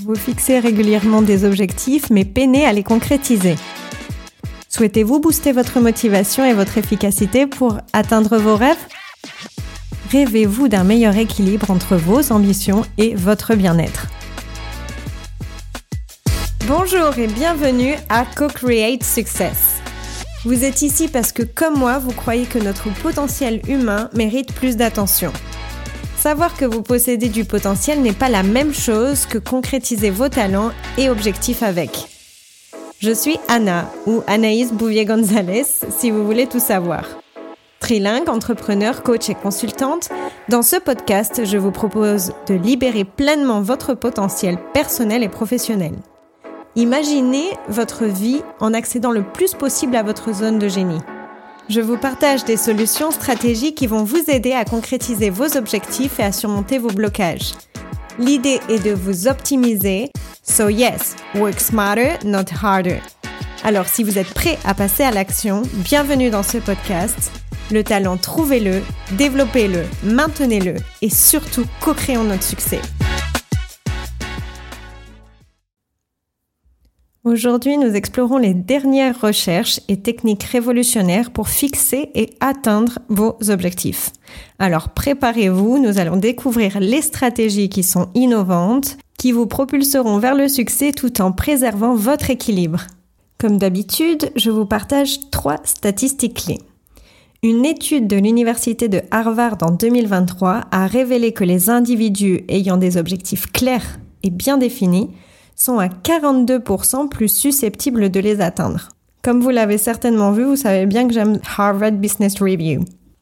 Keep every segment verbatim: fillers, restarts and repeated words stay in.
Vous fixez régulièrement des objectifs, mais peinez à les concrétiser. Souhaitez-vous booster votre motivation et votre efficacité pour atteindre vos rêves ? Rêvez-vous d'un meilleur équilibre entre vos ambitions et votre bien-être ? Bonjour et bienvenue à Co-Create Success. Vous êtes ici parce que, comme moi, vous croyez que notre potentiel humain mérite plus d'attention. Savoir que vous possédez du potentiel n'est pas la même chose que concrétiser vos talents et objectifs avec. Je suis Anna, ou Anaïs Bouvier-Gonzalez, si vous voulez tout savoir. Trilingue, entrepreneur, coach et consultante, dans ce podcast, je vous propose de libérer pleinement votre potentiel personnel et professionnel. Imaginez votre vie en accédant le plus possible à votre zone de génie. Je vous partage des solutions stratégiques qui vont vous aider à concrétiser vos objectifs et à surmonter vos blocages. L'idée est de vous optimiser. So yes, work smarter, not harder. Alors si vous êtes prêt à passer à l'action, bienvenue dans ce podcast. Le talent, trouvez-le, développez-le, maintenez-le et surtout co-créons notre succès. Aujourd'hui, nous explorons les dernières recherches et techniques révolutionnaires pour fixer et atteindre vos objectifs. Alors préparez-vous, nous allons découvrir les stratégies qui sont innovantes, qui vous propulseront vers le succès tout en préservant votre équilibre. Comme d'habitude, je vous partage trois statistiques clés. Une étude de l'université de Harvard en deux mille vingt-trois a révélé que les individus ayant des objectifs clairs et bien définis sont à quarante-deux pour cent plus susceptibles de les atteindre. Comme vous l'avez certainement vu, vous savez bien que j'aime Harvard Business Review.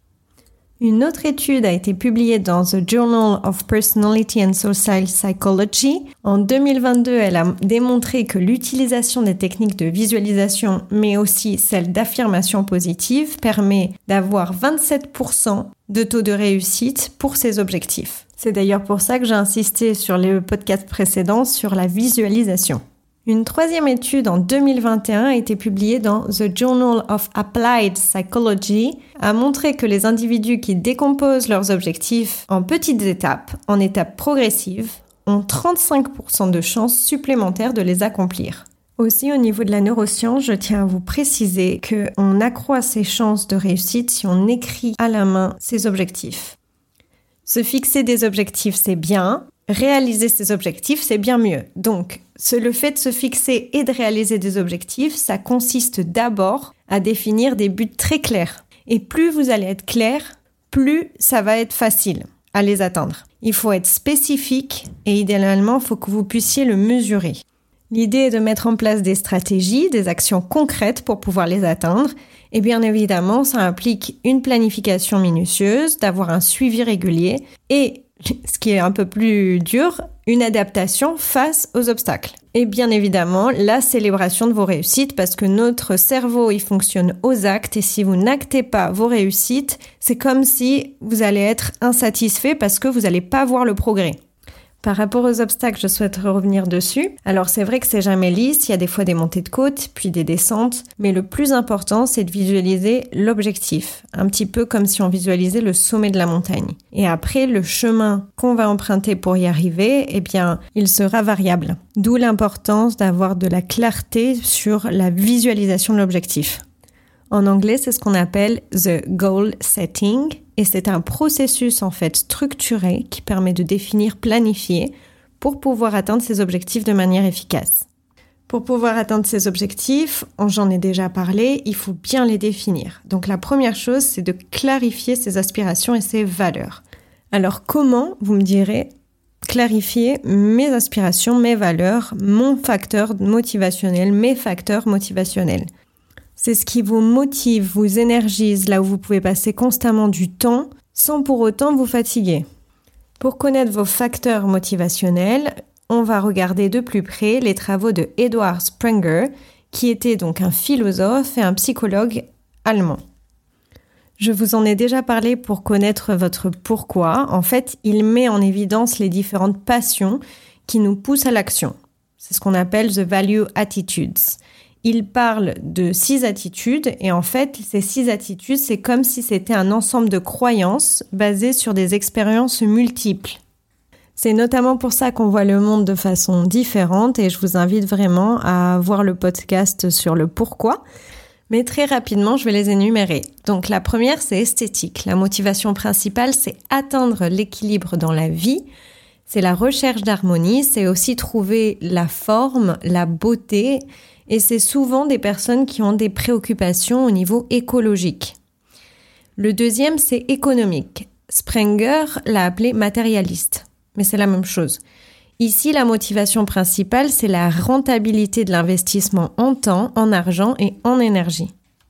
Une autre étude a été publiée dans The Journal of Personality and Social Psychology. En deux mille vingt-deux, elle a démontré que l'utilisation des techniques de visualisation, mais aussi celle d'affirmation positive, permet d'avoir vingt-sept pour cent de taux de réussite pour ses objectifs. C'est d'ailleurs pour ça que j'ai insisté sur les podcasts précédents sur la visualisation. Une troisième étude en deux mille vingt et un a été publiée dans The Journal of Applied Psychology, a montré que les individus qui décomposent leurs objectifs en petites étapes, en étapes progressives, ont trente-cinq pour cent de chances supplémentaires de les accomplir. Aussi, au niveau de la neuroscience, je tiens à vous préciser qu'on accroît ses chances de réussite si on écrit à la main ses objectifs. Se fixer des objectifs, c'est bien. Réaliser ses objectifs, c'est bien mieux. Donc, le fait de se fixer et de réaliser des objectifs, ça consiste d'abord à définir des buts très clairs. Et plus vous allez être clair, plus ça va être facile à les atteindre. Il faut être spécifique et idéalement, il faut que vous puissiez le mesurer. L'idée est de mettre en place des stratégies, des actions concrètes pour pouvoir les atteindre. Et bien évidemment, ça implique une planification minutieuse, d'avoir un suivi régulier et, ce qui est un peu plus dur, une adaptation face aux obstacles. Et bien évidemment, la célébration de vos réussites parce que notre cerveau, il fonctionne aux actes et si vous n'actez pas vos réussites, c'est comme si vous allez être insatisfait parce que vous n'allez pas voir le progrès. Par rapport aux obstacles, je souhaiterais revenir dessus. Alors c'est vrai que c'est jamais lisse, il y a des fois des montées de côte, puis des descentes, mais le plus important c'est de visualiser l'objectif, un petit peu comme si on visualisait le sommet de la montagne. Et après, le chemin qu'on va emprunter pour y arriver, eh bien, il sera variable. D'où l'importance d'avoir de la clarté sur la visualisation de l'objectif. En anglais, c'est ce qu'on appelle the goal setting et c'est un processus en fait structuré qui permet de définir, planifier pour pouvoir atteindre ses objectifs de manière efficace. Pour pouvoir atteindre ses objectifs, j'en ai déjà parlé, il faut bien les définir. Donc la première chose, c'est de clarifier ses aspirations et ses valeurs. Alors comment, vous me direz, clarifier mes aspirations, mes valeurs, mon facteur motivationnel, mes facteurs motivationnels? C'est ce qui vous motive, vous énergise, là où vous pouvez passer constamment du temps sans pour autant vous fatiguer. Pour connaître vos facteurs motivationnels, on va regarder de plus près les travaux de Edward Springer, qui était donc un philosophe et un psychologue allemand. Je vous en ai déjà parlé pour connaître votre pourquoi. En fait, il met en évidence les différentes passions qui nous poussent à l'action. C'est ce qu'on appelle the value attitudes. Il parle de six attitudes et en fait, ces six attitudes, c'est comme si c'était un ensemble de croyances basées sur des expériences multiples. C'est notamment pour ça qu'on voit le monde de façon différente et je vous invite vraiment à voir le podcast sur le pourquoi. Mais très rapidement, je vais les énumérer. Donc la première, c'est esthétique. La motivation principale, c'est atteindre l'équilibre dans la vie. C'est la recherche d'harmonie, c'est aussi trouver la forme, la beauté. Et c'est souvent des personnes qui ont des préoccupations au niveau écologique. Le deuxième, c'est économique. Sprenger l'a appelé matérialiste. Mais c'est la même chose. Ici, la motivation principale, c'est la rentabilité de l'investissement en temps, en argent et en énergie.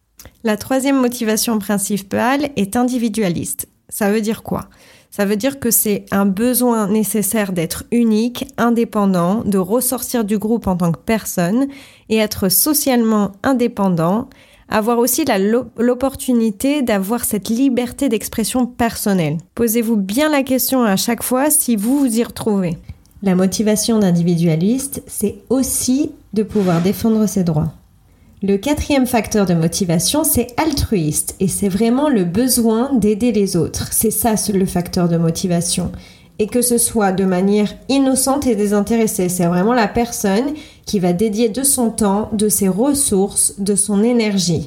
La troisième motivation principale est individualiste. Ça veut dire quoi ? Ça veut dire que c'est un besoin nécessaire d'être unique, indépendant, de ressortir du groupe en tant que personne et être socialement indépendant, avoir aussi la, l'opportunité d'avoir cette liberté d'expression personnelle. Posez-vous bien la question à chaque fois si vous vous y retrouvez. La motivation d'individualiste, c'est aussi de pouvoir défendre ses droits. Le quatrième facteur de motivation, c'est altruiste et c'est vraiment le besoin d'aider les autres. C'est ça le facteur de motivation. Et que ce soit de manière innocente et désintéressée. C'est vraiment la personne qui va dédier de son temps, de ses ressources, de son énergie.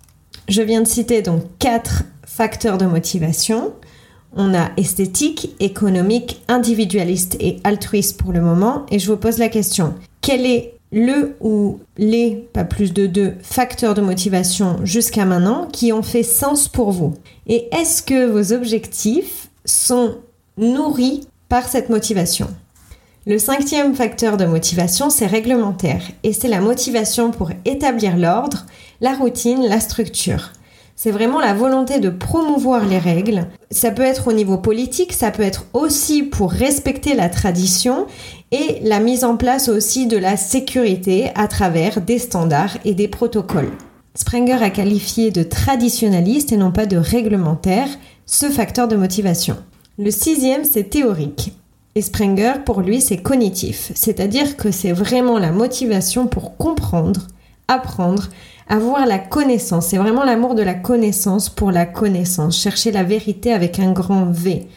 Je viens de citer donc quatre facteurs de motivation. On a esthétique, économique, individualiste et altruiste pour le moment. Et je vous pose la question, quel est le ou les, pas plus de deux, facteurs de motivation jusqu'à maintenant qui ont fait sens pour vous? Et est-ce que vos objectifs sont nourris par cette motivation? Le cinquième facteur de motivation, c'est réglementaire et c'est la motivation pour établir l'ordre, la routine, la structure. C'est vraiment la volonté de promouvoir les règles. Ça peut être au niveau politique, ça peut être aussi pour respecter la tradition et la mise en place aussi de la sécurité à travers des standards et des protocoles. Sprenger a qualifié de traditionnaliste et non pas de réglementaire ce facteur de motivation. Le sixième, c'est théorique. Et Sprenger, pour lui, c'est cognitif. C'est-à-dire que c'est vraiment la motivation pour comprendre, apprendre, avoir la connaissance. C'est vraiment l'amour de la connaissance pour la connaissance. Chercher la vérité avec un grand V.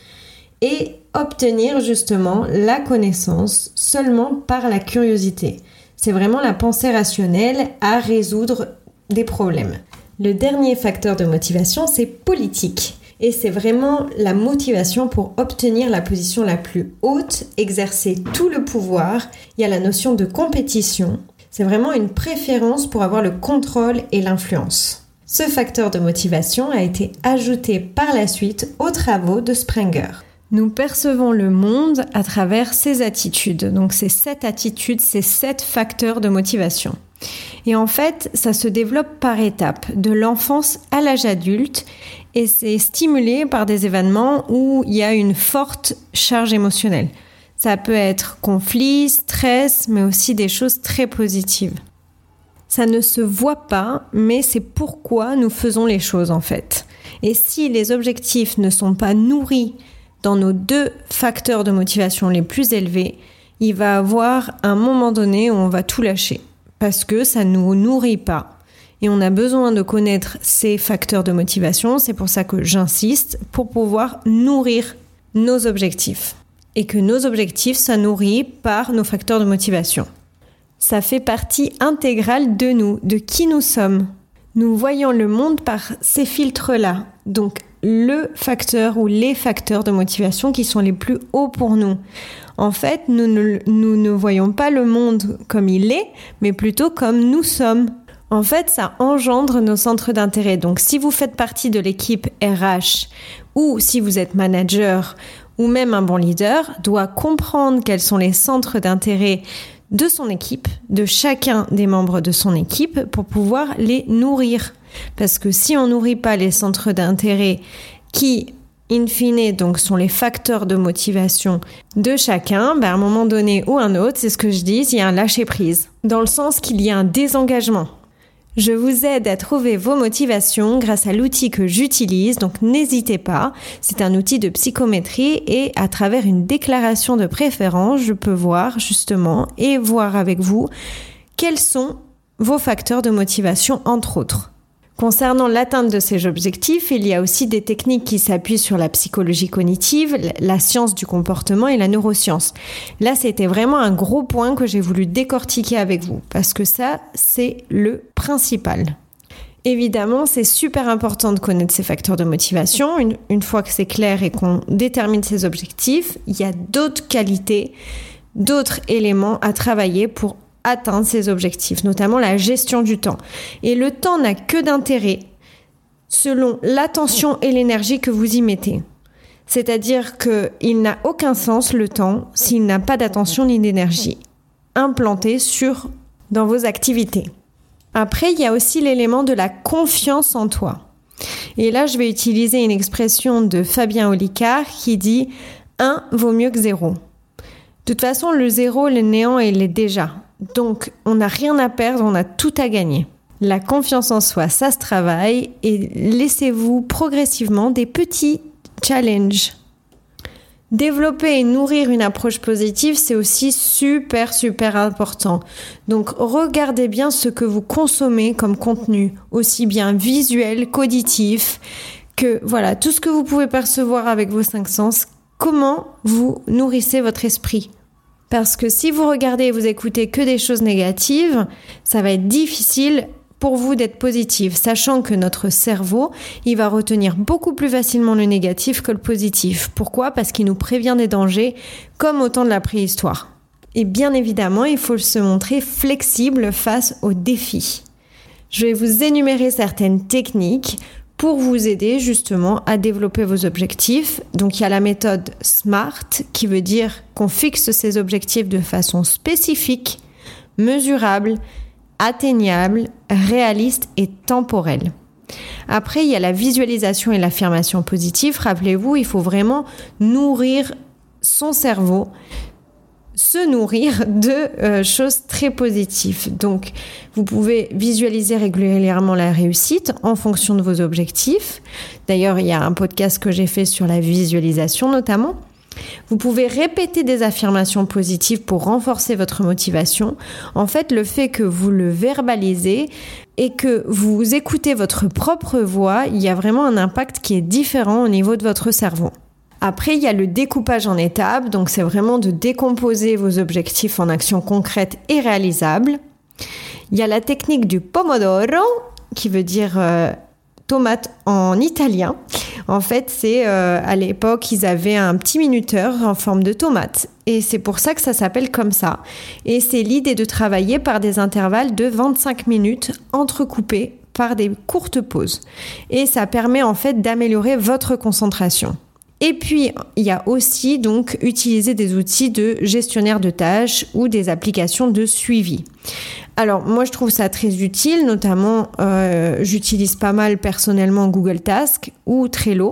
Et obtenir justement la connaissance seulement par la curiosité. C'est vraiment la pensée rationnelle à résoudre des problèmes. Le dernier facteur de motivation, c'est politique. Et c'est vraiment la motivation pour obtenir la position la plus haute, exercer tout le pouvoir. Il y a la notion de compétition. C'est vraiment une préférence pour avoir le contrôle et l'influence. Ce facteur de motivation a été ajouté par la suite aux travaux de Sprenger. Nous percevons le monde à travers ces attitudes. Donc c'est sept attitudes, c'est sept facteurs de motivation. Et en fait, ça se développe par étapes, de l'enfance à l'âge adulte, et c'est stimulé par des événements où il y a une forte charge émotionnelle. Ça peut être conflit, stress, mais aussi des choses très positives. Ça ne se voit pas, mais c'est pourquoi nous faisons les choses en fait. Et si les objectifs ne sont pas nourris dans nos deux facteurs de motivation les plus élevés, il va y avoir un moment donné où on va tout lâcher. Parce que ça ne nous nourrit pas. Et on a besoin de connaître ces facteurs de motivation, c'est pour ça que j'insiste, pour pouvoir nourrir nos objectifs. Et que nos objectifs soient nourris par nos facteurs de motivation. Ça fait partie intégrale de nous, de qui nous sommes. Nous voyons le monde par ces filtres-là. Donc, le facteur ou les facteurs de motivation qui sont les plus hauts pour nous. En fait, nous ne, nous ne voyons pas le monde comme il est, mais plutôt comme nous sommes. En fait, ça engendre nos centres d'intérêt. Donc, si vous faites partie de l'équipe R H ou si vous êtes manager ou même un bon leader, doit comprendre quels sont les centres d'intérêt de son équipe, de chacun des membres de son équipe pour pouvoir les nourrir. Parce que si on nourrit pas les centres d'intérêt qui, in fine, donc sont les facteurs de motivation de chacun, ben à un moment donné ou un autre, c'est ce que je dis, il y a un lâcher-prise. Dans le sens qu'il y a un désengagement. Je vous aide à trouver vos motivations grâce à l'outil que j'utilise, donc n'hésitez pas. C'est un outil de psychométrie et à travers une déclaration de préférence, je peux voir justement et voir avec vous quels sont vos facteurs de motivation entre autres. Concernant l'atteinte de ces objectifs, il y a aussi des techniques qui s'appuient sur la psychologie cognitive, la science du comportement et la neuroscience. Là, c'était vraiment un gros point que j'ai voulu décortiquer avec vous, parce que ça, c'est le principal. Évidemment, c'est super important de connaître ces facteurs de motivation. Une, une fois que c'est clair et qu'on détermine ses objectifs, il y a d'autres qualités, d'autres éléments à travailler pour atteindre ces objectifs, notamment la gestion du temps. Et le temps n'a que d'intérêt selon l'attention et l'énergie que vous y mettez. C'est-à-dire qu'il n'a aucun sens, le temps, s'il n'a pas d'attention ni d'énergie implantée sur, dans vos activités. Après, il y a aussi l'élément de la confiance en toi. Et là, je vais utiliser une expression de Fabien Olicard qui dit « un vaut mieux que zéro ». De toute façon, le zéro, le néant, il est déjà. Donc, on n'a rien à perdre, on a tout à gagner. La confiance en soi, ça se travaille et laissez-vous progressivement des petits challenges. Développer et nourrir une approche positive, c'est aussi super, super important. Donc, regardez bien ce que vous consommez comme contenu, aussi bien visuel qu'auditif, que voilà, tout ce que vous pouvez percevoir avec vos cinq sens, comment vous nourrissez votre esprit. Parce que si vous regardez et vous écoutez que des choses négatives, ça va être difficile pour vous d'être positif, sachant que notre cerveau, il va retenir beaucoup plus facilement le négatif que le positif. Pourquoi ? Parce qu'il nous prévient des dangers, comme au temps de la préhistoire. Et bien évidemment, il faut se montrer flexible face aux défis. Je vais vous énumérer certaines techniques pour vous aider justement à développer vos objectifs. Donc il y a la méthode SMART qui veut dire qu'on fixe ses objectifs de façon spécifique, mesurable, atteignable, réaliste et temporelle. Après, il y a la visualisation et l'affirmation positive. Rappelez-vous, il faut vraiment nourrir son cerveau, se nourrir de euh, choses très positives. Donc, vous pouvez visualiser régulièrement la réussite en fonction de vos objectifs. D'ailleurs, il y a un podcast que j'ai fait sur la visualisation notamment. Vous pouvez répéter des affirmations positives pour renforcer votre motivation. En fait, le fait que vous le verbalisez et que vous écoutez votre propre voix, il y a vraiment un impact qui est différent au niveau de votre cerveau. Après, il y a le découpage en étapes, donc c'est vraiment de décomposer vos objectifs en actions concrètes et réalisables. Il y a la technique du pomodoro, qui veut dire euh, tomate en italien. En fait, c'est euh, à l'époque, ils avaient un petit minuteur en forme de tomate. Et c'est pour ça que ça s'appelle comme ça. Et c'est l'idée de travailler par des intervalles de vingt-cinq minutes entrecoupés par des courtes pauses. Et ça permet en fait d'améliorer votre concentration. Et puis, il y a aussi donc utiliser des outils de gestionnaire de tâches ou des applications de suivi. Alors, moi, je trouve ça très utile, notamment, euh, j'utilise pas mal personnellement Google Tasks ou Trello.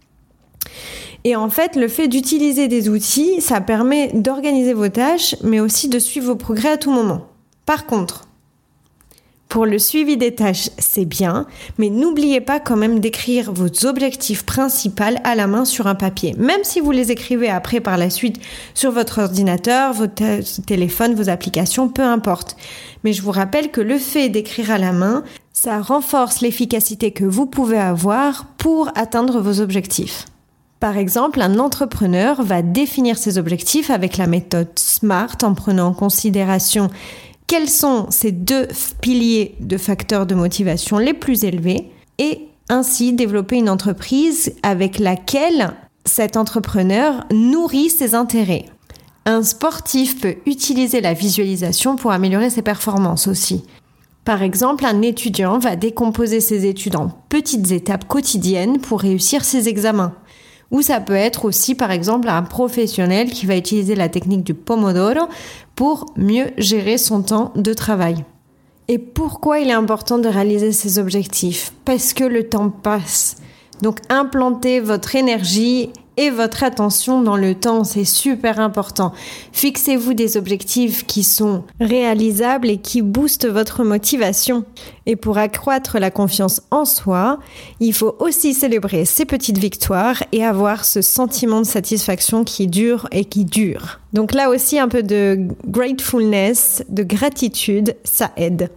Et en fait, le fait d'utiliser des outils, ça permet d'organiser vos tâches, mais aussi de suivre vos progrès à tout moment. Par contre, pour le suivi des tâches, c'est bien, mais n'oubliez pas quand même d'écrire vos objectifs principaux à la main sur un papier. Même si vous les écrivez après par la suite sur votre ordinateur, votre t- téléphone, vos applications, peu importe. Mais je vous rappelle que le fait d'écrire à la main, ça renforce l'efficacité que vous pouvez avoir pour atteindre vos objectifs. Par exemple, un entrepreneur va définir ses objectifs avec la méthode SMART en prenant en considération quels sont ces deux piliers de facteurs de motivation les plus élevés et ainsi développer une entreprise avec laquelle cet entrepreneur nourrit ses intérêts. Un sportif peut utiliser la visualisation pour améliorer ses performances aussi. Par exemple, un étudiant va décomposer ses études en petites étapes quotidiennes pour réussir ses examens. Ou ça peut être aussi, par exemple, un professionnel qui va utiliser la technique du Pomodoro pour mieux gérer son temps de travail. Et pourquoi il est important de réaliser ses objectifs ? Parce que le temps passe. Donc, implantez votre énergie et votre attention dans le temps, c'est super important. Fixez-vous des objectifs qui sont réalisables et qui boostent votre motivation. Et pour accroître la confiance en soi, il faut aussi célébrer ces petites victoires et avoir ce sentiment de satisfaction qui dure et qui dure. Donc là aussi, un peu de gratefulness, de gratitude, ça aide.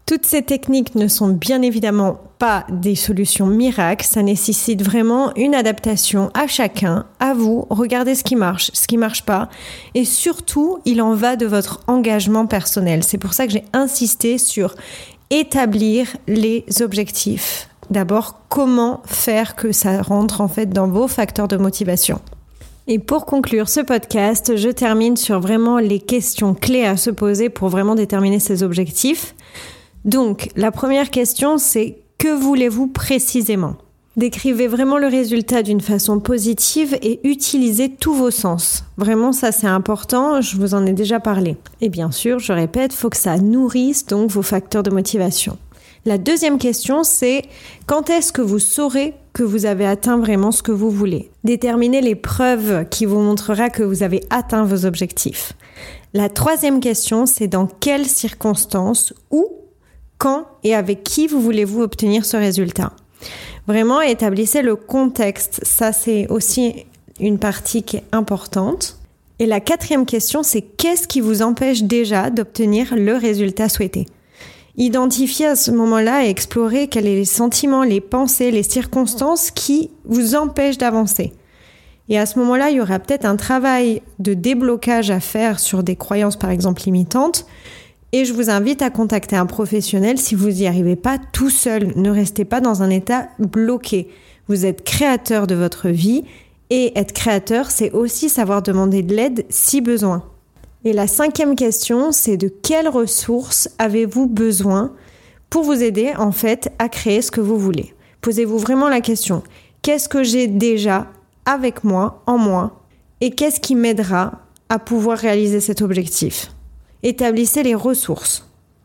Toutes ces techniques ne sont bien évidemment pas des solutions miracles, ça nécessite vraiment une adaptation à chacun, à vous, regardez ce qui marche, ce qui marche pas, et surtout, il en va de votre engagement personnel. C'est pour ça que j'ai insisté sur établir les objectifs. D'abord, comment faire que ça rentre en fait dans vos facteurs de motivation. Et pour conclure ce podcast, je termine sur vraiment les questions clés à se poser pour vraiment déterminer ces objectifs. Donc, la première question, c'est que voulez-vous précisément ? Décrivez vraiment le résultat d'une façon positive et utilisez tous vos sens. Vraiment, ça c'est important, je vous en ai déjà parlé. Et bien sûr, je répète, il faut que ça nourrisse donc vos facteurs de motivation. La deuxième question, c'est quand est-ce que vous saurez que vous avez atteint vraiment ce que vous voulez ? Déterminez les preuves qui vous montrera que vous avez atteint vos objectifs. La troisième question, c'est dans quelles circonstances, où, quand et avec qui vous voulez-vous obtenir ce résultat ? Vraiment, établissez le contexte. Ça, c'est aussi une partie qui est importante. Et la quatrième question, c'est qu'est-ce qui vous empêche déjà d'obtenir le résultat souhaité ? Identifiez à ce moment-là et explorez quels sont les sentiments, les pensées, les circonstances qui vous empêchent d'avancer. Et à ce moment-là, il y aura peut-être un travail de déblocage à faire sur des croyances, par exemple, limitantes. Et je vous invite à contacter un professionnel si vous n'y arrivez pas tout seul. Ne restez pas dans un état bloqué. Vous êtes créateur de votre vie et être créateur, c'est aussi savoir demander de l'aide si besoin. Et la cinquième question, c'est de quelles ressources avez-vous besoin pour vous aider en fait à créer ce que vous voulez ? Posez-vous vraiment la question. Qu'est-ce que j'ai déjà avec moi, en moi ? Et qu'est-ce qui m'aidera à pouvoir réaliser cet objectif ? Établissez les ressources.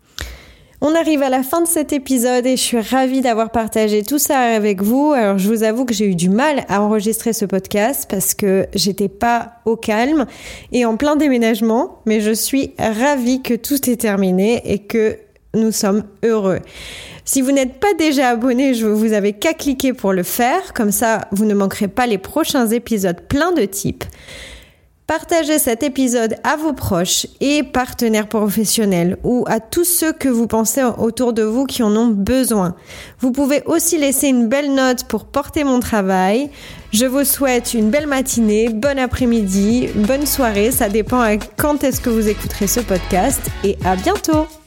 On arrive à la fin de cet épisode et je suis ravie d'avoir partagé tout ça avec vous. Alors je vous avoue que j'ai eu du mal à enregistrer ce podcast parce que j'étais pas au calme et en plein déménagement, mais je suis ravie que tout est terminé et que nous sommes heureux. Si vous n'êtes pas déjà abonné, je vous avez qu'à cliquer pour le faire, comme ça vous ne manquerez pas les prochains épisodes pleins de tips. Partagez cet épisode à vos proches et partenaires professionnels ou à tous ceux que vous pensez autour de vous qui en ont besoin. Vous pouvez aussi laisser une belle note pour porter mon travail. Je vous souhaite une belle matinée, bon après-midi, bonne soirée. Ça dépend à quand est-ce que vous écouterez ce podcast et à bientôt!